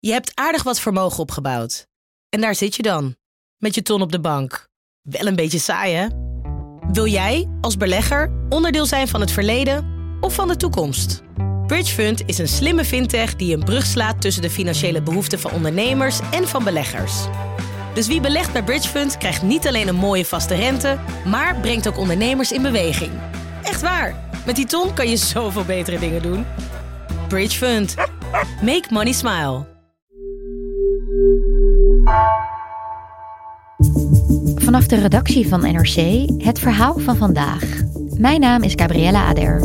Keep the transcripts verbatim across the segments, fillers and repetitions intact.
Je hebt aardig wat vermogen opgebouwd. En daar zit je dan, met je ton op de bank. Wel een beetje saai, hè? Wil jij, als belegger, onderdeel zijn van het verleden of van de toekomst? Bridgefund is een slimme fintech die een brug slaat tussen de financiële behoeften van ondernemers en van beleggers. Dus wie belegt bij Bridgefund krijgt niet alleen een mooie vaste rente, maar brengt ook ondernemers in beweging. Echt waar, met die ton kan je zoveel betere dingen doen. Bridgefund. Make money smile. Vanaf de redactie van N R C het verhaal van vandaag. Mijn naam is Gabriella Ader.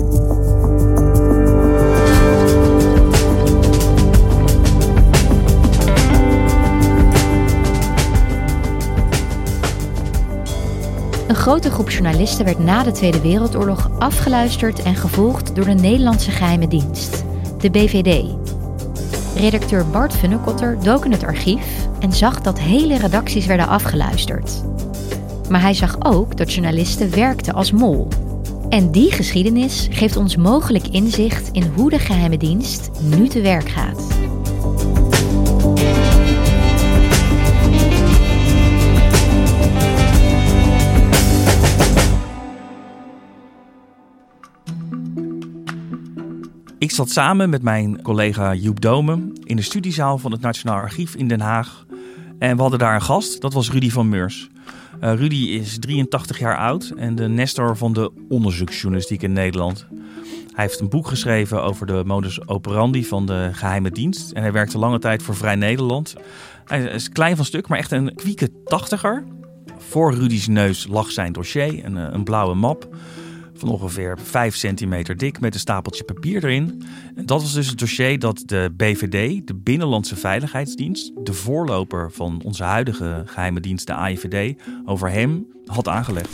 Een grote groep journalisten werd na de Tweede Wereldoorlog afgeluisterd en gevolgd door de Nederlandse geheime dienst, de B V D. Redacteur Bart Funnekotter dook in het archief en zag dat hele redacties werden afgeluisterd. Maar hij zag ook dat journalisten werkten als mol. En die geschiedenis geeft ons mogelijk inzicht in hoe de geheime dienst nu te werk gaat. Ik zat samen met mijn collega Joep Domen in de studiezaal van het Nationaal Archief in Den Haag. En we hadden daar een gast, dat was Rudy van Meurs. Uh, Rudy is drieëntachtig jaar oud en de nestor van de onderzoeksjournalistiek in Nederland. Hij heeft een boek geschreven over de modus operandi van de geheime dienst. En hij werkte lange tijd voor Vrij Nederland. Hij is klein van stuk, maar echt een kwieke tachtiger. Voor Rudy's neus lag zijn dossier, een, een blauwe map van ongeveer vijf centimeter dik met een stapeltje papier erin. En dat was dus het dossier dat de B V D, de Binnenlandse Veiligheidsdienst, de voorloper van onze huidige geheime dienst, de A I V D, over hem had aangelegd.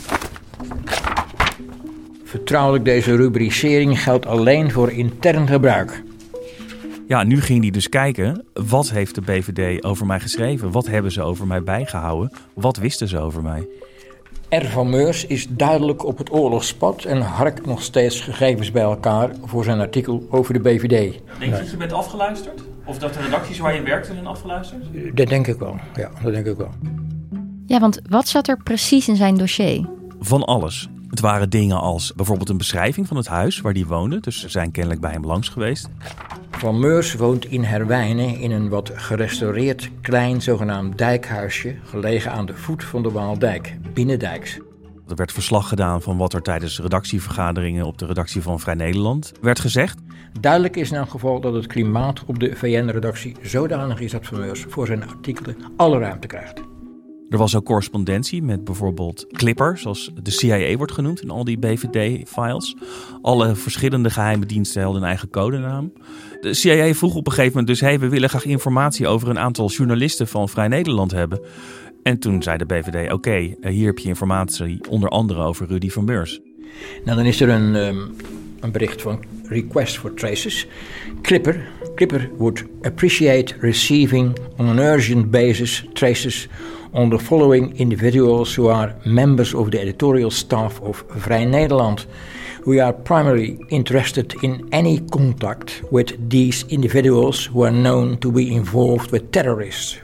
Vertrouwelijk, deze rubricering geldt alleen voor intern gebruik. Ja, nu ging hij dus kijken, wat heeft de B V D over mij geschreven? Wat hebben ze over mij bijgehouden? Wat wisten ze over mij? R. van Meurs is duidelijk op het oorlogspad en harkt nog steeds gegevens bij elkaar voor zijn artikel over de B V D. Denk je dat je bent afgeluisterd? Of dat de redacties waar je werkte zijn afgeluisterd? Dat denk ik wel, ja, dat denk ik wel. Ja, want wat zat er precies in zijn dossier? Van alles. Het waren dingen als bijvoorbeeld een beschrijving van het huis waar hij woonde. Dus ze zijn kennelijk bij hem langs geweest. Van Meurs woont in Herwijnen in een wat gerestaureerd klein zogenaamd dijkhuisje, gelegen aan de voet van de Waaldijk, binnendijks. Er werd verslag gedaan van wat er tijdens redactievergaderingen op de redactie van Vrij Nederland werd gezegd. Duidelijk is in elk geval dat het klimaat op de V N-redactie zodanig is dat Van Meurs voor zijn artikelen alle ruimte krijgt. Er was ook correspondentie met bijvoorbeeld Clipper, zoals de C I A wordt genoemd in al die B V D-files. Alle verschillende geheime diensten hadden een eigen codenaam. De C I A vroeg op een gegeven moment dus, hey, we willen graag informatie over een aantal journalisten van Vrij Nederland hebben. En toen zei de B V D, oké, okay, hier heb je informatie onder andere over Rudy van Meurs. Nou, dan is er een, um, een bericht van Request for Traces. Clipper, Clipper would appreciate receiving on an urgent basis traces on the following individuals who are members of the editorial staff of Vrij Nederland. We are primarily interested in any contact with these individuals who are known to be involved with terrorists.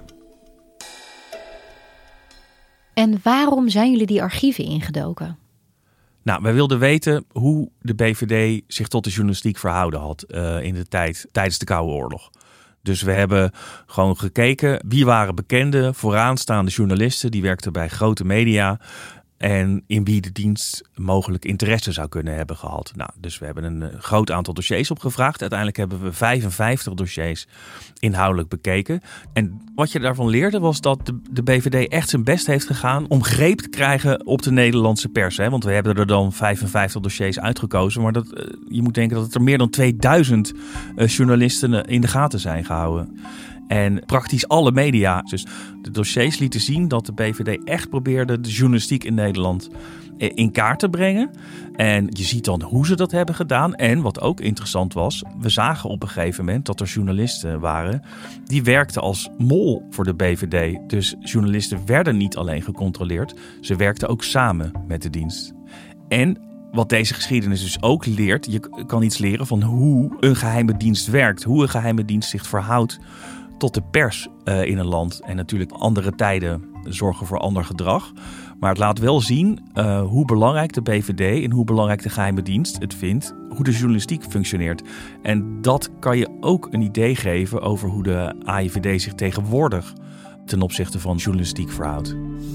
En waarom zijn jullie die archieven ingedoken? Nou, wij wilden weten hoe de B V D zich tot de journalistiek verhouden had uh, in de tijd tijdens de Koude Oorlog. Dus we hebben gewoon gekeken wie waren bekende, vooraanstaande journalisten die werkten bij grote media en in wie de dienst mogelijk interesse zou kunnen hebben gehad. Nou, dus we hebben een uh, groot aantal dossiers opgevraagd. Uiteindelijk hebben we vijfenvijftig dossiers inhoudelijk bekeken. En wat je daarvan leerde was dat de, de B V D echt zijn best heeft gedaan om greep te krijgen op de Nederlandse pers. Hè? Want we hebben er dan vijfenvijftig dossiers uitgekozen. Maar dat, uh, je moet denken dat het er meer dan tweeduizend uh, journalisten uh, in de gaten zijn gehouden. En praktisch alle media. Dus de dossiers lieten zien dat de B V D echt probeerde de journalistiek in Nederland in kaart te brengen. En je ziet dan hoe ze dat hebben gedaan. En wat ook interessant was, we zagen op een gegeven moment dat er journalisten waren die werkten als mol voor de B V D. Dus journalisten werden niet alleen gecontroleerd, ze werkten ook samen met de dienst. En wat deze geschiedenis dus ook leert, je kan iets leren van hoe een geheime dienst werkt, hoe een geheime dienst zich verhoudt tot de pers uh, in een land. En natuurlijk andere tijden zorgen voor ander gedrag. Maar het laat wel zien uh, hoe belangrijk de B V D en hoe belangrijk de geheime dienst het vindt, hoe de journalistiek functioneert. En dat kan je ook een idee geven over hoe de A I V D zich tegenwoordig ten opzichte van journalistiek verhoudt.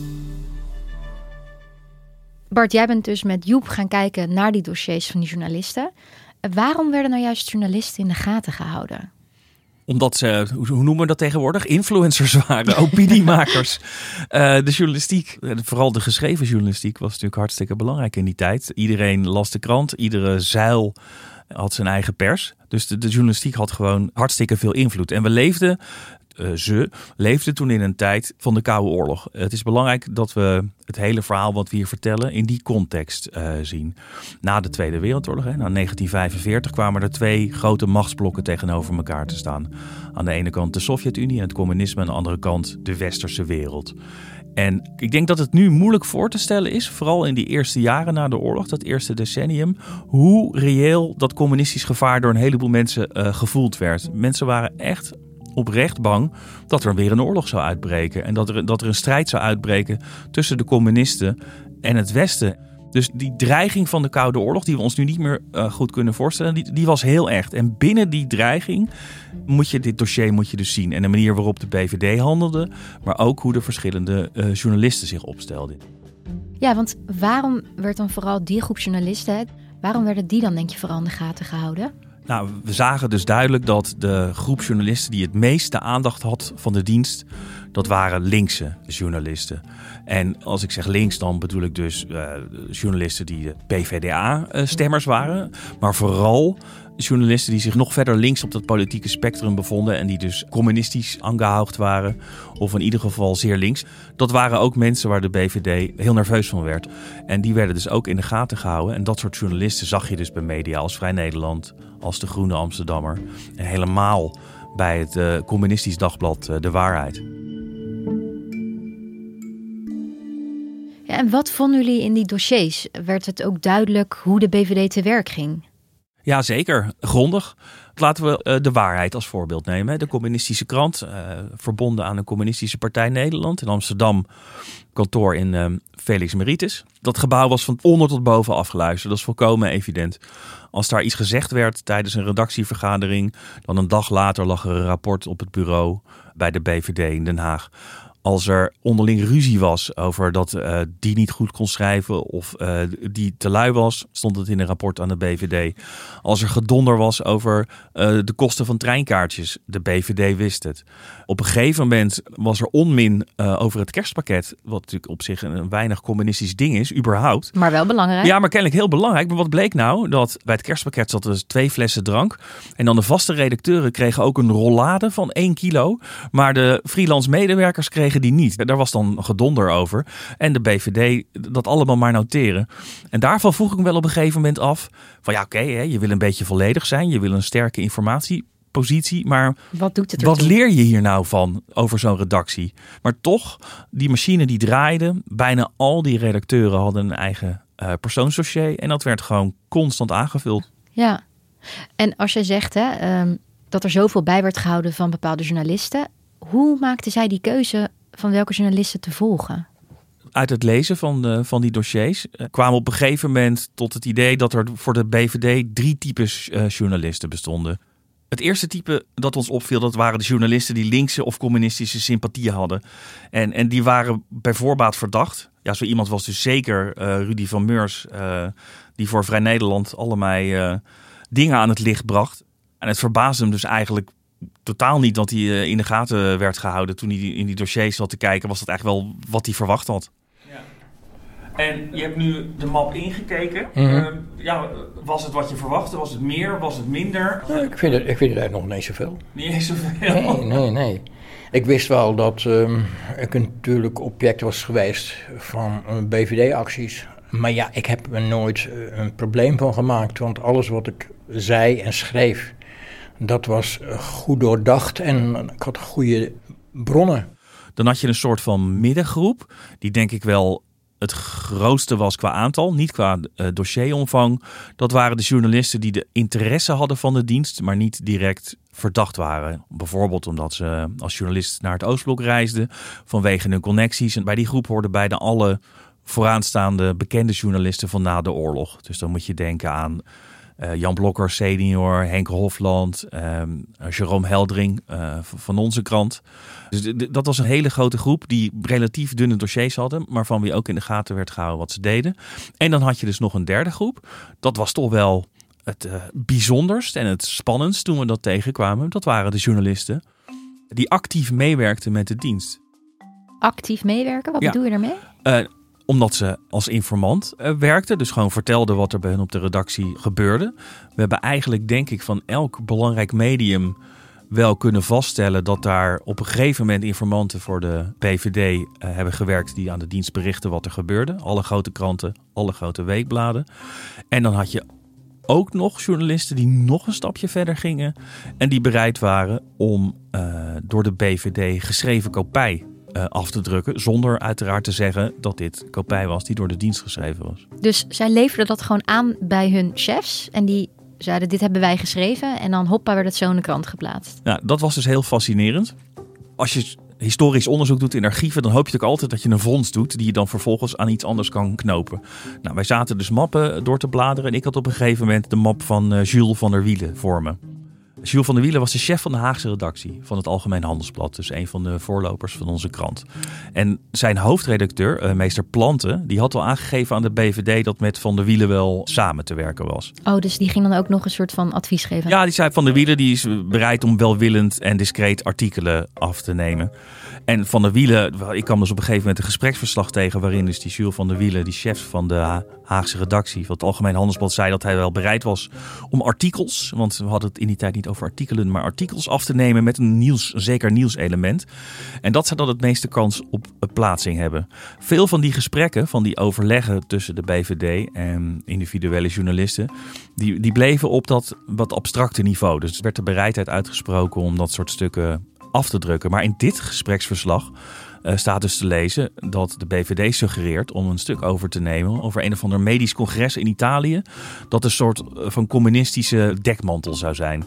Bart, jij bent dus met Joep gaan kijken naar die dossiers van die journalisten. Waarom werden nou juist journalisten in de gaten gehouden? Omdat ze, hoe noemen we dat tegenwoordig? Influencers waren, opiniemakers. uh, de journalistiek, vooral de geschreven journalistiek, was natuurlijk hartstikke belangrijk in die tijd. Iedereen las de krant, iedere zuil had zijn eigen pers. Dus de, de journalistiek had gewoon hartstikke veel invloed. En we leefden, uh, ze leefden toen in een tijd van de Koude Oorlog. Het is belangrijk dat we het hele verhaal wat we hier vertellen in die context uh, zien. Na de Tweede Wereldoorlog, hè, na negentien vijfenveertig, kwamen er twee grote machtsblokken tegenover elkaar te staan. Aan de ene kant de Sovjet-Unie en het communisme, aan de andere kant de westerse wereld. En ik denk dat het nu moeilijk voor te stellen is, vooral in die eerste jaren na de oorlog, dat eerste decennium, hoe reëel dat communistisch gevaar door een heleboel mensen uh, gevoeld werd. Mensen waren echt oprecht bang dat er weer een oorlog zou uitbreken. En dat er, dat er een strijd zou uitbreken tussen de communisten en het Westen. Dus die dreiging van de Koude Oorlog, die we ons nu niet meer uh, goed kunnen voorstellen, die, die was heel echt. En binnen die dreiging moet je dit dossier moet je dus zien. En de manier waarop de B V D handelde, maar ook hoe de verschillende uh, journalisten zich opstelden. Ja, want waarom werd dan vooral die groep journalisten, waarom werden die dan denk je vooral in de gaten gehouden? Nou, we zagen dus duidelijk dat de groep journalisten die het meeste aandacht had van de dienst, dat waren linkse journalisten. En als ik zeg links, dan bedoel ik dus uh, journalisten die de P V D A-stemmers waren. Maar vooral journalisten die zich nog verder links op dat politieke spectrum bevonden en die dus communistisch aangehoogd waren, of in ieder geval zeer links. Dat waren ook mensen waar de B V D heel nerveus van werd. En die werden dus ook in de gaten gehouden. En dat soort journalisten zag je dus bij media als Vrij Nederland, als De Groene Amsterdammer en helemaal bij het uh, communistisch dagblad uh, De Waarheid. Ja, en wat vonden jullie in die dossiers? Werd het ook duidelijk hoe de B V D te werk ging? Ja, zeker. Grondig. Laten we uh, De Waarheid als voorbeeld nemen. De communistische krant, uh, verbonden aan de Communistische Partij Nederland. In Amsterdam, kantoor in uh, Felix Meritis. Dat gebouw was van onder tot boven afgeluisterd. Dat is volkomen evident. Als daar iets gezegd werd tijdens een redactievergadering, dan een dag later lag er een rapport op het bureau bij de B V D in Den Haag. Als er onderling ruzie was over dat uh, die niet goed kon schrijven of uh, die te lui was, stond het in een rapport aan de B V D. Als er gedonder was over uh, de kosten van treinkaartjes, de B V D wist het. Op een gegeven moment was er onmin uh, over het kerstpakket, wat natuurlijk op zich een, een weinig communistisch ding is, überhaupt. Maar wel belangrijk. Ja, maar kennelijk heel belangrijk. Maar wat bleek nou? Dat bij het kerstpakket zaten dus twee flessen drank. En dan de vaste redacteuren kregen ook een rollade van één kilo. Maar de freelance medewerkers kregen die niet. Daar was dan gedonder over. En de B V D dat allemaal maar noteren. En daarvan vroeg ik me wel op een gegeven moment af van ja, oké, okay, je wil een beetje volledig zijn. Je wil een sterke informatiepositie. Maar wat doet het wat leer je hier nou van over zo'n redactie? Maar toch, die machine die draaide. Bijna al die redacteuren hadden een eigen uh, persoonsdossier. En dat werd gewoon constant aangevuld. Ja. En als jij zegt hè, um, dat er zoveel bij werd gehouden van bepaalde journalisten. Hoe maakten zij die keuze van welke journalisten te volgen? Uit het lezen van, de, van die dossiers uh, kwamen op een gegeven moment tot het idee dat er voor de B V D drie types uh, journalisten bestonden. Het eerste type dat ons opviel, dat waren de journalisten die linkse of communistische sympathieën hadden. En, en die waren bij voorbaat verdacht. Ja, zo iemand was dus zeker uh, Rudy van Meurs, uh, die voor Vrij Nederland allerlei uh, dingen aan het licht bracht. En het verbaasde hem dus eigenlijk totaal niet dat hij uh, in de gaten werd gehouden. Toen hij in die dossiers zat te kijken, was dat eigenlijk wel wat hij verwacht had. Ja. En je hebt nu de map ingekeken. Mm-hmm. Uh, ja, was het wat je verwachtte? Was het meer? Was het minder? Ja, ik, vind het, ik vind het eigenlijk nog niet zoveel. Niet eens zoveel? Nee, nee, nee. Ik wist wel dat um, ik natuurlijk object was geweest van uh, B V D-acties. Maar ja, ik heb er nooit uh, een probleem van gemaakt. Want alles wat ik zei en schreef, dat was goed doordacht en ik had goede bronnen. Dan had je een soort van middengroep, die denk ik wel het grootste was qua aantal, niet qua uh, dossieromvang. Dat waren de journalisten die de interesse hadden van de dienst, maar niet direct verdacht waren. Bijvoorbeeld omdat ze als journalist naar het Oostblok reisden vanwege hun connecties. En bij die groep hoorden bijna alle vooraanstaande bekende journalisten van na de oorlog. Dus dan moet je denken aan uh, Jan Blokker senior, Henk Hofland, uh, Jerome Heldring uh, van onze krant. Dus d- dat was een hele grote groep die relatief dunne dossiers hadden, maar van wie ook in de gaten werd gehouden wat ze deden. En dan had je dus nog een derde groep. Dat was toch wel het uh, bijzonderst en het spannendst toen we dat tegenkwamen. Dat waren de journalisten die actief meewerkten met de dienst. Actief meewerken? Wat ja. bedoel je daarmee? Uh, Omdat ze als informant uh, werkten. Dus gewoon vertelden wat er bij hen op de redactie gebeurde. We hebben eigenlijk, denk ik, van elk belangrijk medium wel kunnen vaststellen dat daar op een gegeven moment informanten voor de B V D uh, hebben gewerkt die aan de dienst berichten wat er gebeurde. Alle grote kranten, alle grote weekbladen. En dan had je ook nog journalisten die nog een stapje verder gingen en die bereid waren om uh, door de B V D geschreven kopij Uh, af te drukken, zonder uiteraard te zeggen dat dit kopij was die door de dienst geschreven was. Dus zij leverden dat gewoon aan bij hun chefs en die zeiden dit hebben wij geschreven en dan hoppa werd het zo in de krant geplaatst. Ja, dat was dus heel fascinerend. Als je historisch onderzoek doet in archieven, dan hoop je natuurlijk altijd dat je een vondst doet die je dan vervolgens aan iets anders kan knopen. Nou, wij zaten dus mappen door te bladeren en ik had op een gegeven moment de map van uh, Jules van der Wielen voor me. Jules van der Wielen was de chef van de Haagse redactie van het Algemeen Handelsblad. Dus een van de voorlopers van onze krant. En zijn hoofdredacteur, uh, meester Planten, die had al aangegeven aan de B V D dat met Van der Wielen wel samen te werken was. Oh, dus die ging dan ook nog een soort van advies geven? Ja, die zei Van der Wielen die is bereid om welwillend en discreet artikelen af te nemen. En Van der Wielen, ik kwam dus op een gegeven moment een gespreksverslag tegen waarin dus die Jules van der Wielen, die chef van de Haagse redactie van het Algemeen Handelsblad, zei dat hij wel bereid was om artikels, want we hadden het in die tijd niet over artikelen, maar artikels af te nemen met een nieuws, een zeker nieuwselement. En dat zou dan het meeste kans op plaatsing hebben. Veel van die gesprekken, van die overleggen tussen de B V D en individuele journalisten, die, die bleven op dat wat abstracte niveau. Dus er werd de bereidheid uitgesproken om dat soort stukken af te drukken. Maar in dit gespreksverslag uh, staat dus te lezen dat de B V D suggereert om een stuk over te nemen over een of ander medisch congres in Italië, dat een soort van communistische dekmantel zou zijn.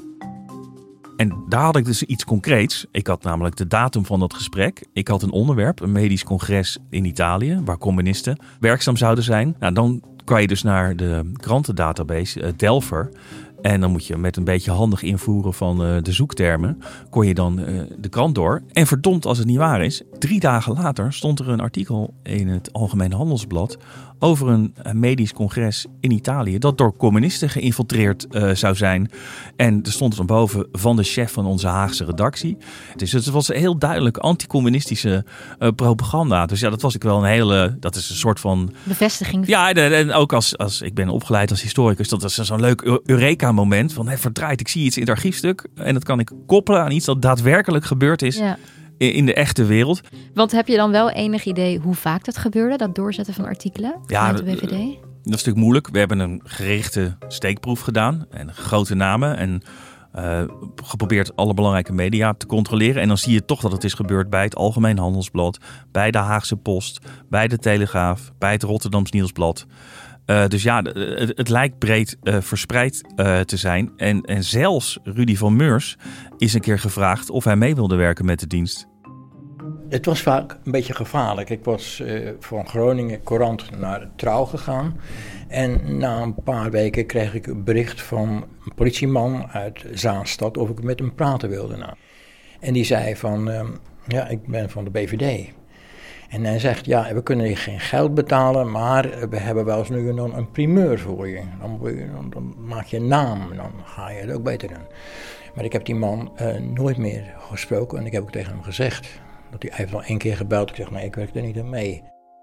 En daar had ik dus iets concreets. Ik had namelijk de datum van dat gesprek. Ik had een onderwerp, een medisch congres in Italië, waar communisten werkzaam zouden zijn. Nou, dan kan je dus naar de krantendatabase uh, Delver. En dan moet je met een beetje handig invoeren van uh, de zoektermen, kon je dan uh, de krant door. En verdomd als het niet waar is, drie dagen later stond er een artikel in het Algemeen Handelsblad over een medisch congres in Italië dat door communisten geïnfiltreerd uh, zou zijn. En er stond er dan boven van de chef van onze Haagse redactie. Dus het was heel duidelijk anticommunistische uh, propaganda. Dus ja, dat was ik wel een hele, dat is een soort van bevestiging. Ja, en, en ook als, als ik ben opgeleid als historicus, dat is zo'n leuk Eureka-moment van hey, verdraaid, ik zie iets in het archiefstuk en dat kan ik koppelen aan iets dat daadwerkelijk gebeurd is. Ja. In de echte wereld. Want heb je dan wel enig idee hoe vaak dat gebeurde, dat doorzetten van artikelen vanuit de B V D? Dat is natuurlijk moeilijk. We hebben een gerichte steekproef gedaan en grote namen en uh, geprobeerd alle belangrijke media te controleren. En dan zie je toch dat het is gebeurd bij het Algemeen Handelsblad, bij de Haagse Post, bij de Telegraaf, bij het Rotterdams Nieuwsblad. Uh, dus ja, het, het lijkt breed uh, verspreid uh, te zijn. En, en zelfs Rudy van Meurs is een keer gevraagd of hij mee wilde werken met de dienst. Het was vaak een beetje gevaarlijk. Ik was uh, van Groningen Courant naar Trouw gegaan. En na een paar weken kreeg ik een bericht van een politieman uit Zaanstad of ik met hem praten wilde. Nou. En die zei van, uh, ja, ik ben van de B V D. En hij zegt, ja, we kunnen je geen geld betalen, maar we hebben wel eens nu en dan een primeur voor je. Dan, dan, dan maak je een naam en dan ga je het ook beter doen. Maar ik heb die man uh, nooit meer gesproken en ik heb ook tegen hem gezegd. Dat hij heeft al één keer gebeld. Ik zeg, nee, ik werk er niet aan mee.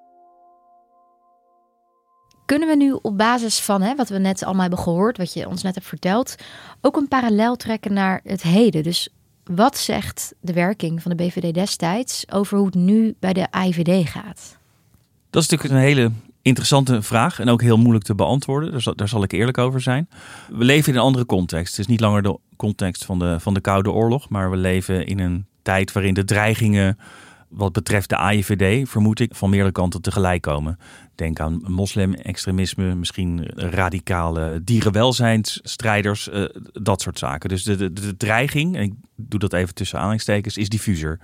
Kunnen we nu op basis van hè, wat we net allemaal hebben gehoord, wat je ons net hebt verteld, ook een parallel trekken naar het heden? Dus wat zegt de werking van de B V D destijds over hoe het nu bij de A I V D gaat? Dat is natuurlijk een hele interessante vraag en ook heel moeilijk te beantwoorden. Daar zal, daar zal ik eerlijk over zijn. We leven in een andere context. Het is niet langer de context van de, van de Koude Oorlog, maar we leven in een tijd waarin de dreigingen wat betreft de A I V D, vermoed ik, van meerdere kanten tegelijk komen. Denk aan moslim-extremisme, misschien radicale dierenwelzijnsstrijders, uh, dat soort zaken. Dus de, de, de dreiging, en ik doe dat even tussen aanhalingstekens, is diffuser.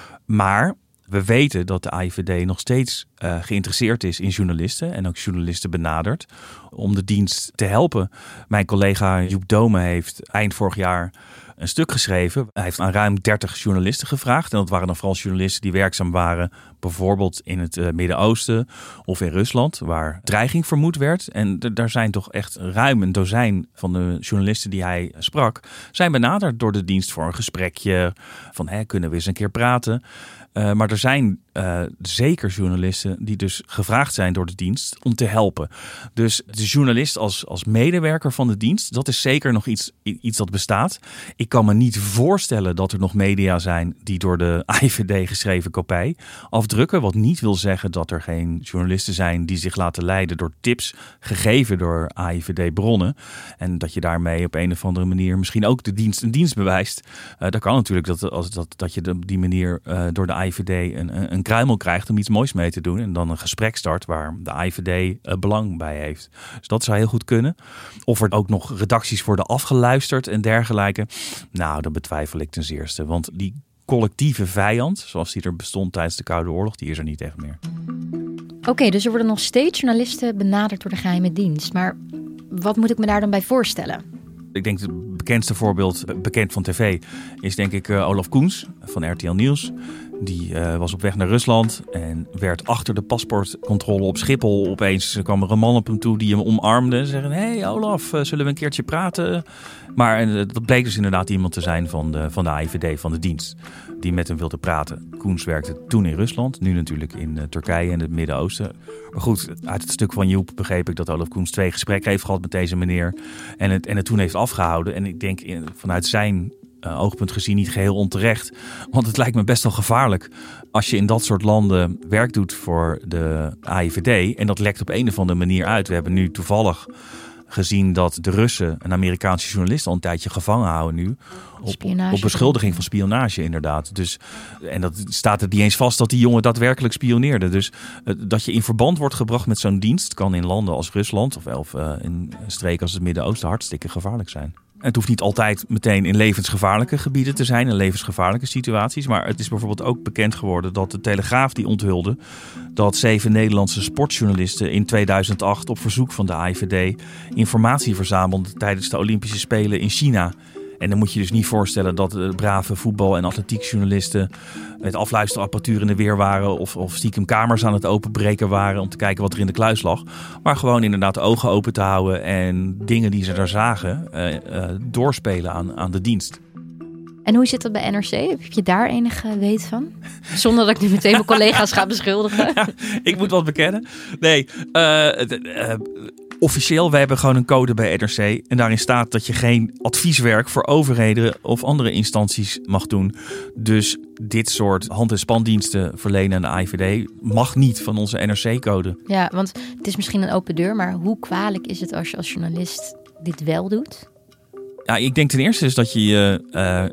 Maar we weten dat de A I V D nog steeds uh, geïnteresseerd is in journalisten en ook journalisten benadert om de dienst te helpen. Mijn collega Joep Dome heeft eind vorig jaar een stuk geschreven. Hij heeft aan ruim dertig journalisten gevraagd. En dat waren dan vooral journalisten die werkzaam waren, bijvoorbeeld in het uh, Midden-Oosten of in Rusland, waar dreiging vermoed werd. En d- daar zijn toch echt ruim een dozijn van de journalisten die hij sprak, zijn benaderd door de dienst voor een gesprekje. Van, hè, kunnen we eens een keer praten? Uh, maar er zijn uh, zeker journalisten die dus gevraagd zijn door de dienst om te helpen. Dus de journalist als, als medewerker van de dienst, dat is zeker nog iets, iets dat bestaat. Ik kan me niet voorstellen dat er nog media zijn die door de A I V D geschreven kopij afdrukken. Wat niet wil zeggen dat er geen journalisten zijn die zich laten leiden door tips gegeven door A I V D-bronnen. En dat je daarmee op een of andere manier misschien ook de dienst een dienst bewijst. Uh, dat kan natuurlijk dat, als, dat, dat je op die manier uh, door de A I V D een, een, een kruimel krijgt om iets moois mee te doen. En dan een gesprek start waar de A I V D uh, belang bij heeft. Dus dat zou heel goed kunnen. Of er ook nog redacties worden afgeluisterd en dergelijke. Nou, dat betwijfel ik ten zeerste. Want die collectieve vijand, zoals die er bestond tijdens de Koude Oorlog, die is er niet echt meer. Oké, okay, dus er worden nog steeds journalisten benaderd door de geheime dienst. Maar wat moet ik me daar dan bij voorstellen? Ik denk het bekendste voorbeeld, bekend van tv, is denk ik uh, Olaf Koens van R T L Nieuws. Die uh, was op weg naar Rusland en werd achter de paspoortcontrole op Schiphol opeens kwam er een man op hem toe die hem omarmde en zeggen: hey Olaf, uh, zullen we een keertje praten? Maar uh, dat bleek dus inderdaad iemand te zijn van de, van de A I V D, van de dienst, die met hem wilde praten. Koens werkte toen in Rusland, nu natuurlijk in uh, Turkije en het Midden-Oosten. Maar goed, uit het stuk van Joep begreep ik dat Olaf Koens twee gesprekken heeft gehad met deze meneer en het, en het toen heeft afgehouden. En ik denk in, vanuit zijn Uh, oogpunt gezien niet geheel onterecht. Want het lijkt me best wel gevaarlijk als je in dat soort landen werk doet voor de A I V D. En dat lekt op een of andere manier uit. We hebben nu toevallig gezien dat de Russen een Amerikaanse journalist al een tijdje gevangen houden nu. Op, op beschuldiging van spionage inderdaad. Dus, en dat staat er niet eens vast dat die jongen daadwerkelijk spioneerde. Dus uh, dat je in verband wordt gebracht met zo'n dienst kan in landen als Rusland of, of uh, in streken als het Midden-Oosten hartstikke gevaarlijk zijn. Het hoeft niet altijd meteen in levensgevaarlijke gebieden te zijn, in levensgevaarlijke situaties. Maar het is bijvoorbeeld ook bekend geworden dat de Telegraaf die onthulde dat zeven Nederlandse sportjournalisten in tweeduizend acht op verzoek van de A I V D informatie verzamelden tijdens de Olympische Spelen in China. En dan moet je dus niet voorstellen dat de brave voetbal- en atletiekjournalisten met afluisterapparatuur in de weer waren of, of stiekem kamers aan het openbreken waren om te kijken wat er in de kluis lag. Maar gewoon inderdaad de ogen open te houden en dingen die ze daar zagen uh, uh, doorspelen aan, aan de dienst. En hoe zit dat bij N R C? Heb je daar enige weet van? Zonder dat ik nu meteen mijn collega's ga beschuldigen. Ja, ik moet wat bekennen. Nee, uh, uh, officieel, we hebben gewoon een code bij N R C. En daarin staat dat je geen advieswerk voor overheden of andere instanties mag doen. Dus dit soort hand- en spandiensten verlenen aan de A I V D mag niet van onze N R C-code. Ja, want het is misschien een open deur, maar hoe kwalijk is het als je als journalist dit wel doet? Ja, ik denk ten eerste is dat je je uh,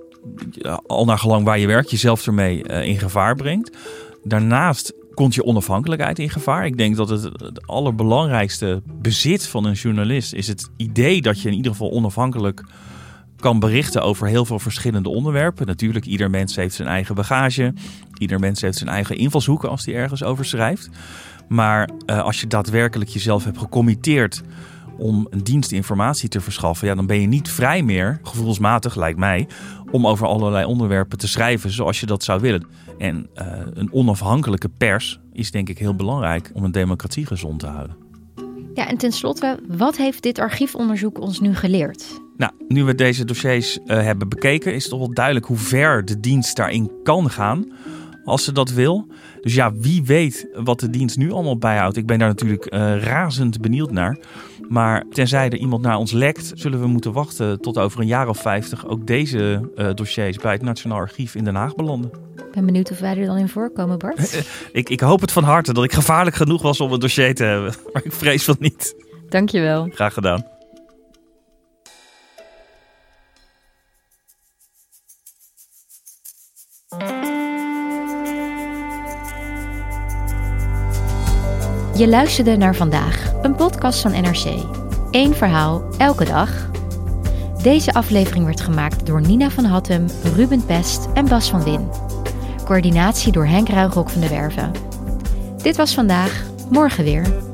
al naar gelang waar je werkt jezelf ermee uh, in gevaar brengt. Daarnaast komt je onafhankelijkheid in gevaar. Ik denk dat het, het allerbelangrijkste bezit van een journalist is het idee dat je in ieder geval onafhankelijk kan berichten over heel veel verschillende onderwerpen. Natuurlijk, ieder mens heeft zijn eigen bagage. Ieder mens heeft zijn eigen invalshoeken als hij ergens over schrijft. Maar uh, als je daadwerkelijk jezelf hebt gecommitteerd om een dienst informatie te verschaffen, ja, dan ben je niet vrij meer, gevoelsmatig lijkt mij, om over allerlei onderwerpen te schrijven zoals je dat zou willen. En uh, een onafhankelijke pers is denk ik heel belangrijk om een democratie gezond te houden. Ja, en tenslotte, wat heeft dit archiefonderzoek ons nu geleerd? Nou, nu we deze dossiers uh, hebben bekeken, is het toch wel duidelijk hoe ver de dienst daarin kan gaan als ze dat wil. Dus ja, wie weet wat de dienst nu allemaal bijhoudt. Ik ben daar natuurlijk uh, razend benieuwd naar. Maar tenzij er iemand naar ons lekt, zullen we moeten wachten tot over een jaar of vijftig ook deze uh, dossiers bij het Nationaal Archief in Den Haag belanden. Ik ben benieuwd of wij er dan in voorkomen, Bart. ik, ik hoop het van harte dat ik gevaarlijk genoeg was om een dossier te hebben. Maar ik vrees van niet. Dankjewel. Graag gedaan. Je luisterde naar Vandaag, een podcast van N R C. Eén verhaal, elke dag. Deze aflevering werd gemaakt door Nina van Hattem, Ruben Pest en Bas van Win. Coördinatie door Henk Ruigrok van de Werven. Dit was Vandaag, morgen weer.